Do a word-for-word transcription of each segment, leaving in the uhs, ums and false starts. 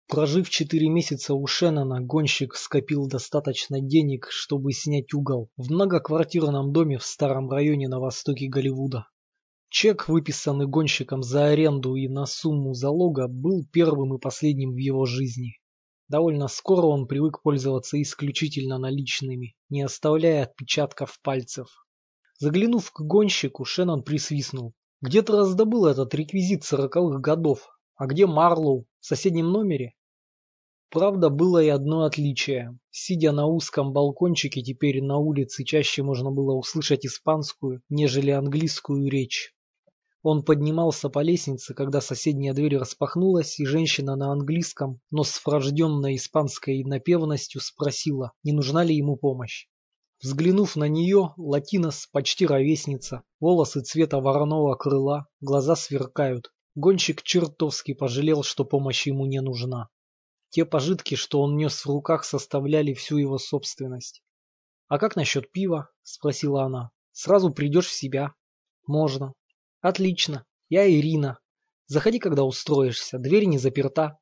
Прожив четыре месяца у Шеннона, гонщик скопил достаточно денег, чтобы снять угол в многоквартирном доме в старом районе на востоке Голливуда. Чек, выписанный гонщиком за аренду и на сумму залога, был первым и последним в его жизни. Довольно скоро он привык пользоваться исключительно наличными, не оставляя отпечатков пальцев. Заглянув к гонщику, Шеннон присвистнул. «Где ты раздобыл этот реквизит сороковых годов? А где Марлоу? В соседнем номере?» Правда, было и одно отличие. Сидя на узком балкончике, теперь на улице чаще можно было услышать испанскую, нежели английскую речь. Он поднимался по лестнице, когда соседняя дверь распахнулась, и женщина на английском, но с врожденной испанской напевностью спросила, не нужна ли ему помощь. Взглянув на нее, латинос, почти ровесница, волосы цвета вороного крыла, глаза сверкают. Гонщик чертовски пожалел, что помощь ему не нужна. Те пожитки, что он нес в руках, составляли всю его собственность. «А как насчет пива?» – спросила она. «Сразу придешь в себя». «Можно». «Отлично. Я Ирина. Заходи, когда устроишься. Дверь не заперта».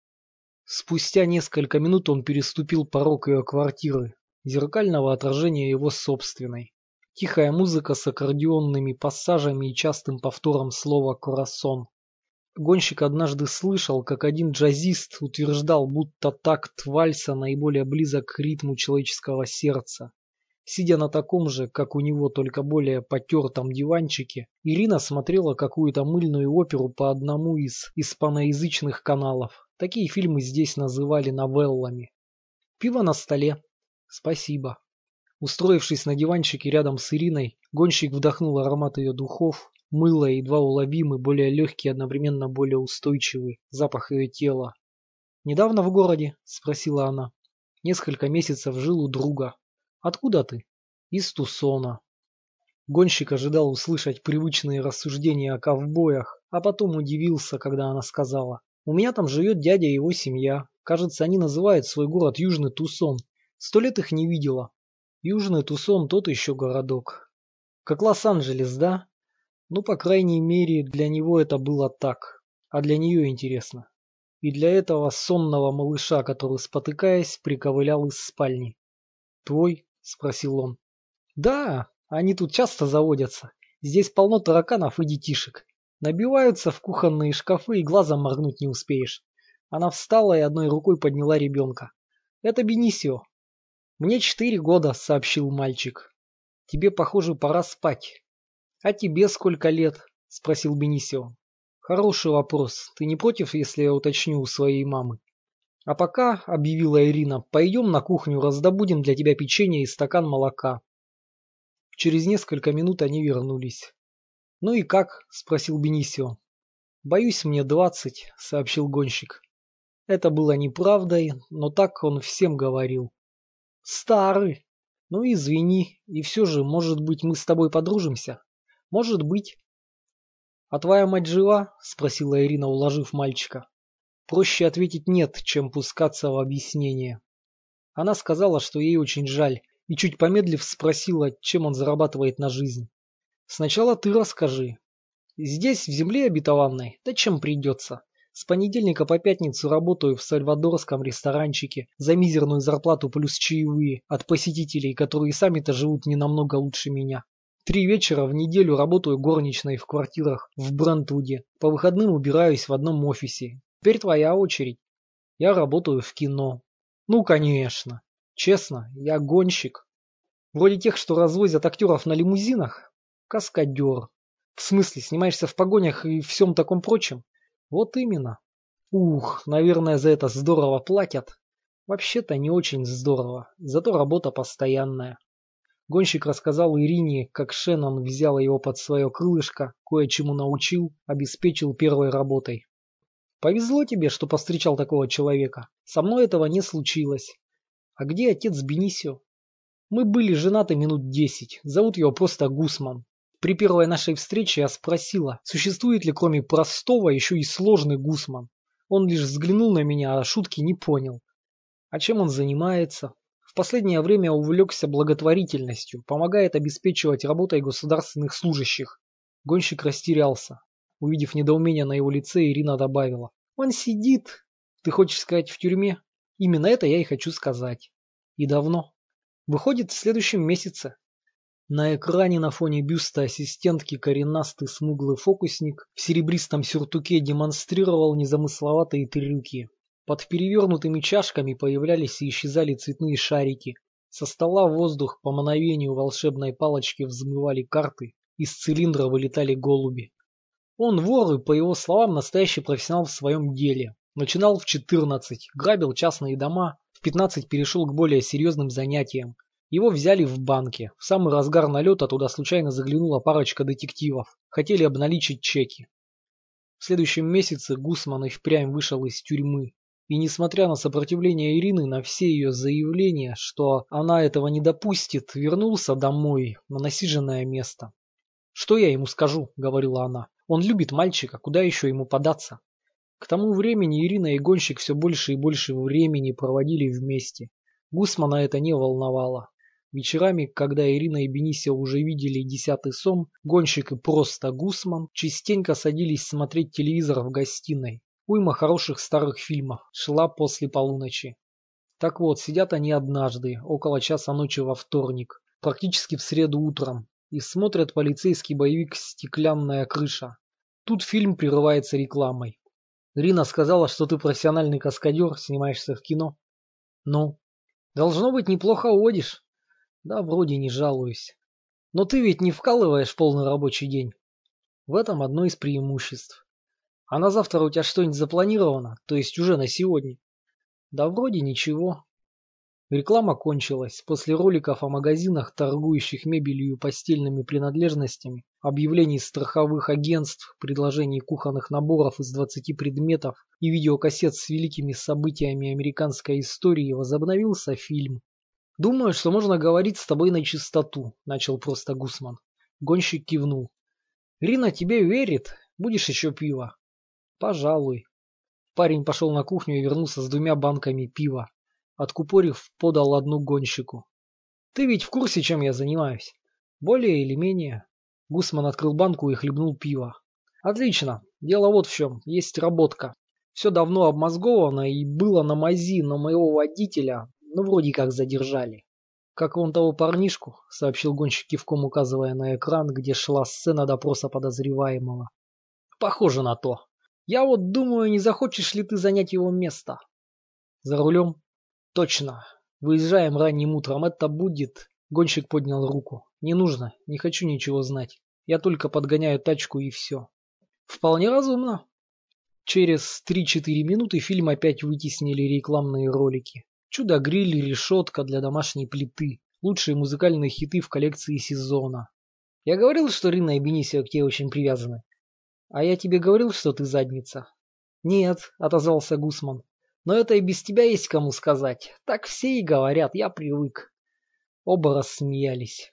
Спустя несколько минут он переступил порог ее квартиры, зеркального отражения его собственной. Тихая музыка с аккордеонными пассажами и частым повтором слова «корасон». Гонщик однажды слышал, как один джазист утверждал, будто такт вальса наиболее близок к ритму человеческого сердца. Сидя на таком же, как у него, только более потертом диванчике, Ирина смотрела какую-то мыльную оперу по одному из испаноязычных каналов. Такие фильмы здесь называли новеллами. «Пиво на столе». «Спасибо». Устроившись на диванчике рядом с Ириной, гонщик вдохнул аромат ее духов, мыло и едва уловимый, более легкий, одновременно более устойчивый запах ее тела. «Недавно в городе?» – спросила она. «Несколько месяцев жил у друга». «Откуда ты?» «Из Тусона». Гонщик ожидал услышать привычные рассуждения о ковбоях, а потом удивился, когда она сказала. «У меня там живет дядя и его семья. Кажется, они называют свой город Южный Тусон. Сто лет их не видела». «Южный Тусон тот еще городок». «Как Лос-Анджелес, да?» Ну, по крайней мере, для него это было так. А для нее интересно. И для этого сонного малыша, который, спотыкаясь, приковылял из спальни. «Твой?» – спросил он. «Да, они тут часто заводятся. Здесь полно тараканов и детишек. Набиваются в кухонные шкафы и глазом моргнуть не успеешь». Она встала и одной рукой подняла ребенка. «Это Бенисио». «Мне четыре года», – сообщил мальчик. «Тебе, похоже, пора спать». «А тебе сколько лет?» – спросил Бенисио. «Хороший вопрос. Ты не против, если я уточню у своей мамы?» «А пока, — объявила Ирина, — пойдем на кухню, раздобудем для тебя печенье и стакан молока». Через несколько минут они вернулись. «Ну и как?» – спросил Бенисио. «Боюсь, мне двадцать», – сообщил гонщик. Это было неправдой, но так он всем говорил. «Старый! Ну извини, и все же, может быть, мы с тобой подружимся?» «Может быть». «А твоя мать жива?» – спросила Ирина, уложив мальчика. Проще ответить «нет», чем пускаться в объяснение. Она сказала, что ей очень жаль, и чуть помедлив спросила, чем он зарабатывает на жизнь. «Сначала ты расскажи». «Здесь, в земле обетованной, да чем придется. С понедельника по пятницу работаю в сальвадорском ресторанчике за мизерную зарплату плюс чаевые от посетителей, которые сами-то живут не намного лучше меня. Три вечера в неделю работаю горничной в квартирах в Брентвуде. По выходным убираюсь в одном офисе. Теперь твоя очередь. Я работаю в кино». «Ну, конечно. Честно, я гонщик. Вроде тех, что развозят актеров на лимузинах. Каскадер. В смысле, снимаешься в погонях и всем таком прочем?» «Вот именно. Ух, наверное, за это здорово платят». «Вообще-то не очень здорово. Зато работа постоянная». Гонщик рассказал Ирине, как Шеннон взял его под свое крылышко, кое-чему научил, обеспечил первой работой. «Повезло тебе, что повстречал такого человека. Со мной этого не случилось». «А где отец Бенисио?» «Мы были женаты минут десять. Зовут его просто Гусман. При первой нашей встрече я спросила, существует ли кроме простого еще и сложный Гусман. Он лишь взглянул на меня, а шутки не понял. А чем он занимается?» В последнее время увлекся благотворительностью, помогает обеспечивать работой государственных служащих. Гонщик растерялся. Увидев недоумение на его лице, Ирина добавила. «Он сидит Ты хочешь сказать в тюрьме? Именно это я и хочу сказать. И давно? Выходит, в следующем месяце. На экране на фоне бюста ассистентки коренастый смуглый фокусник в серебристом сюртуке демонстрировал незамысловатые трюки. Под перевернутыми чашками появлялись и исчезали цветные шарики. Со стола в воздух по мановению волшебной палочки взмывали карты, из цилиндра вылетали голуби. Он вор и, по его словам, настоящий профессионал в своем деле. Начинал в четырнадцать, грабил частные дома, в пятнадцать перешел к более серьезным занятиям. Его взяли в банке. В самый разгар налета туда случайно заглянула парочка детективов. Хотели обналичить чеки. В следующем месяце Гусман и впрямь вышел из тюрьмы. И несмотря на сопротивление Ирины, на все ее заявления, что она этого не допустит, вернулся домой, на насиженное место. «Что я ему скажу?» — говорила она. «Он любит мальчика, куда еще ему податься?» К тому времени Ирина и гонщик все больше и больше времени проводили вместе. Гусмана это не волновало. Вечерами, когда Ирина и Бенисия уже видели десятый сон, гонщик и просто Гусман частенько садились смотреть телевизор в гостиной. Уйма хороших старых фильмов шла после полуночи. Так вот, сидят они однажды, около часа ночи во вторник, практически в среду утром, и смотрят полицейский боевик «Стеклянная крыша». Тут фильм прерывается рекламой. Ирина сказала, что ты профессиональный каскадер, снимаешься в кино. Ну, должно быть, неплохо водишь. Да, вроде не жалуюсь. Но ты ведь не вкалываешь полный рабочий день. В этом одно из преимуществ. А на завтра у тебя что-нибудь запланировано? То есть уже на сегодня? Да вроде ничего. Реклама кончилась. После роликов о магазинах, торгующих мебелью и постельными принадлежностями, объявлений страховых агентств, предложений кухонных наборов из двадцати предметов и видеокассет с великими событиями американской истории возобновился фильм. «Думаю, что можно говорить с тобой на чистоту», — начал просто Гусман. Гонщик кивнул. «Рина тебе верит? Будешь еще пива?» «Пожалуй». Парень пошел на кухню и вернулся с двумя банками пива. Откупорив, подал одну гонщику. «Ты ведь в курсе, чем я занимаюсь?» «Более или менее». Гусман открыл банку и хлебнул пиво. «Отлично. Дело вот в чем. Есть работка. Все давно обмозговано и было на мази, но моего водителя, ну, вроде как задержали». «Как вон того парнишку», — сообщил гонщик кивком, указывая на экран, где шла сцена допроса подозреваемого. «Похоже на то. Я вот думаю, не захочешь ли ты занять его место?» «За рулем?» «Точно. Выезжаем ранним утром. Это будет...» Гонщик поднял руку. «Не нужно. Не хочу ничего знать. Я только подгоняю тачку и все». «Вполне разумно». Через три-четыре минуты фильм опять вытеснили рекламные ролики. Чудо-гриль, решетка для домашней плиты. Лучшие музыкальные хиты в коллекции сезона. «Я говорил, что Рина и Бенисио к тебе очень привязаны». «А я тебе говорил, что ты задница?» «Нет», — отозвался Гусман. «Но это и без тебя есть кому сказать. Так все и говорят, я привык». Оба рассмеялись.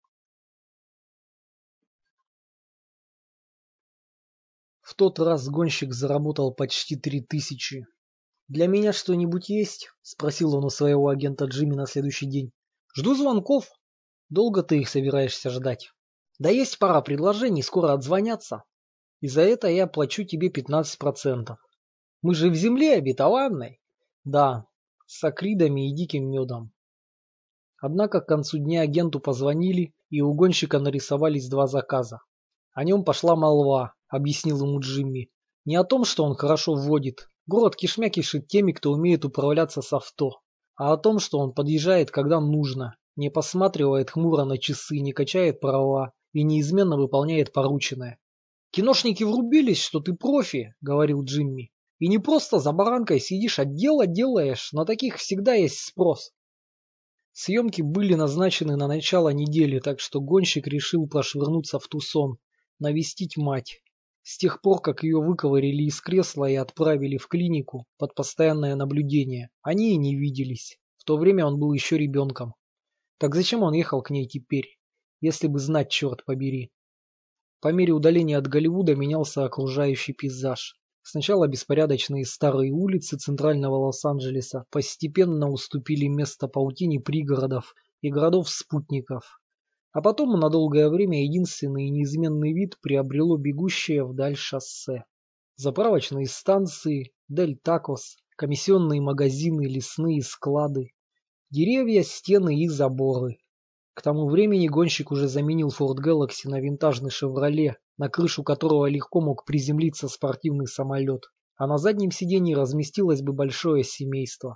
В тот раз гонщик заработал почти три тысячи. «Для меня что-нибудь есть?» — спросил он у своего агента Джимми на следующий день. «Жду звонков». «Долго ты их собираешься ждать?» «Да есть пара предложений, скоро отзвонятся. И за это я плачу тебе пятнадцать процентов. Мы же в земле обетованной». «Да, с акридами и диким медом». Однако к концу дня агенту позвонили, и у гонщика нарисовались два заказа. О нем пошла молва, объяснил ему Джимми. Не о том, что он хорошо водит. Город кишмя кишит теми, кто умеет управляться с авто. А о том, что он подъезжает, когда нужно, не посматривает хмуро на часы, не качает права и неизменно выполняет порученное. «Киношники врубились, что ты профи», — говорил Джимми. «И не просто за баранкой сидишь, а дело делаешь. На таких всегда есть спрос». Съемки были назначены на начало недели, так что гонщик решил прошвырнуться в Тусон, навестить мать. С тех пор, как ее выковырили из кресла и отправили в клинику под постоянное наблюдение, они и не виделись. В то время он был еще ребенком. Так зачем он ехал к ней теперь? Если бы знать, черт побери. По мере удаления от Голливуда менялся окружающий пейзаж. Сначала беспорядочные старые улицы центрального Лос-Анджелеса постепенно уступили место паутине пригородов и городов-спутников. А потом на долгое время единственный и неизменный вид приобрело бегущее вдаль шоссе. Заправочные станции, Дель Такос, комиссионные магазины, лесные склады, деревья, стены и заборы. К тому времени гонщик уже заменил Ford Galaxy на винтажный Chevrolet, на крышу которого легко мог приземлиться спортивный самолет, а на заднем сиденье разместилось бы большое семейство.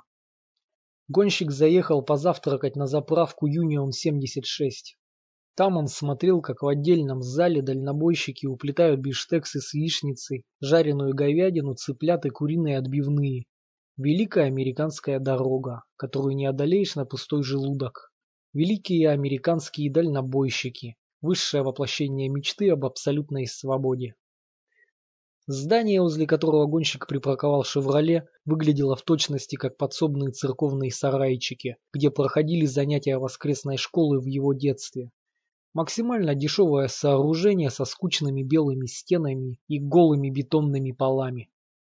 Гонщик заехал позавтракать на заправку Union семьдесят шесть. Там он смотрел, как в отдельном зале дальнобойщики уплетают бифштексы с яичницей, жареную говядину, цыплят и куриные отбивные. Великая американская дорога, которую не одолеешь на пустой желудок. Великие американские дальнобойщики, высшее воплощение мечты об абсолютной свободе. Здание, возле которого гонщик припарковал «Шевроле», выглядело в точности как подсобные церковные сарайчики, где проходили занятия воскресной школы в его детстве. Максимально дешевое сооружение со скучными белыми стенами и голыми бетонными полами.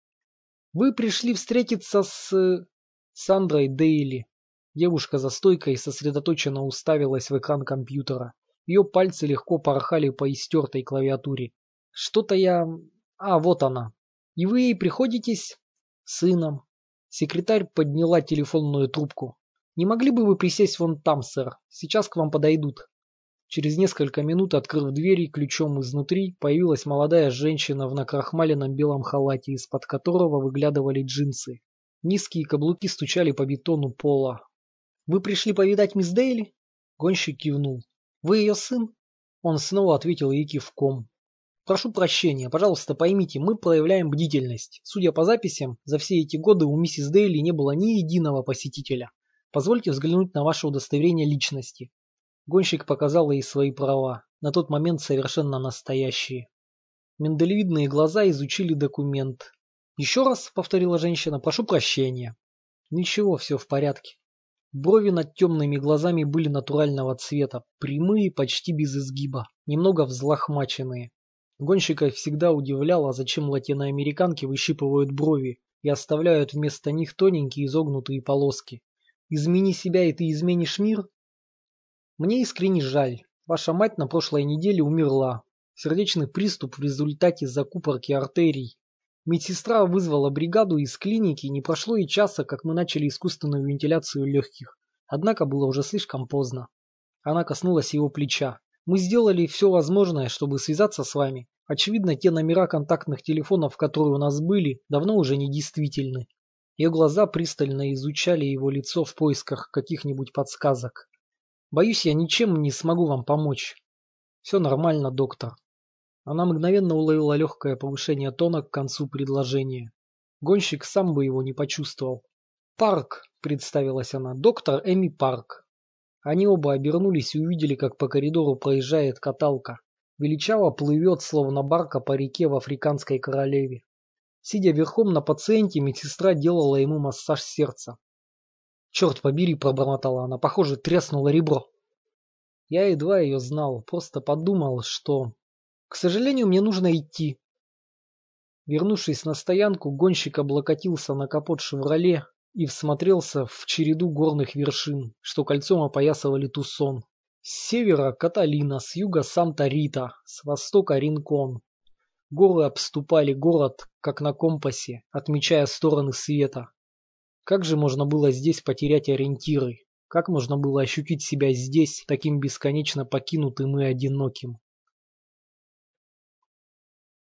Вы пришли встретиться с... Сандрой Дейли. Девушка за стойкой сосредоточенно уставилась в экран компьютера. Ее пальцы легко порхали по истертой клавиатуре. Что-то я... А, вот она. И вы ей приходитесь? Сыном. Секретарь подняла телефонную трубку. Не могли бы вы присесть вон там, сэр? Сейчас к вам подойдут. Через несколько минут, открыв двери ключом изнутри, появилась молодая женщина в накрахмаленном белом халате, из-под которого выглядывали джинсы. Низкие каблуки стучали по бетону пола. «Вы пришли повидать мисс Дейли?» Гонщик кивнул. «Вы ее сын?» Он снова ответил ей кивком. «Прошу прощения, пожалуйста, поймите, мы проявляем бдительность. Судя по записям, за все эти годы у миссис Дейли не было ни единого посетителя. Позвольте взглянуть на ваше удостоверение личности». Гонщик показал ей свои права, на тот момент совершенно настоящие. Миндалевидные глаза изучили документ. «Еще раз», — повторила женщина, — «прошу прощения». Ничего, все в порядке. Брови над темными глазами были натурального цвета, прямые, почти без изгиба, немного взлохмаченные. Гонщика всегда удивляло, зачем латиноамериканки выщипывают брови и оставляют вместо них тоненькие изогнутые полоски. «Измени себя, и ты изменишь мир?» Мне искренне жаль. Ваша мать на прошлой неделе умерла. Сердечный приступ в результате закупорки артерий. Медсестра вызвала бригаду из клиники, не прошло и часа, как мы начали искусственную вентиляцию легких. Однако было уже слишком поздно. Она коснулась его плеча. Мы сделали все возможное, чтобы связаться с вами. Очевидно, те номера контактных телефонов, которые у нас были, давно уже не действительны. Ее глаза пристально изучали его лицо в поисках каких-нибудь подсказок. Боюсь, я ничем не смогу вам помочь. Все нормально, доктор. Она мгновенно уловила легкое повышение тона к концу предложения. Гонщик сам бы его не почувствовал. «Парк», — представилась она, — «доктор Эми Парк». Они оба обернулись и увидели, как по коридору проезжает каталка. Величаво плывет, словно барка по реке в Африканской королеве. Сидя верхом на пациенте, медсестра делала ему массаж сердца. «Черт побери», — пробормотала она, — «похоже, треснуло ребро». Я едва ее знал, просто подумал, что... К сожалению, мне нужно идти. Вернувшись на стоянку, гонщик облокотился на капот «Шевроле» и всмотрелся в череду горных вершин, что кольцом опоясывали Тусон. С севера Каталина, с юга Санта-Рита, с востока Ринкон. Горы обступали город, как на компасе, отмечая стороны света. Как же можно было здесь потерять ориентиры? Как можно было ощутить себя здесь, таким бесконечно покинутым и одиноким?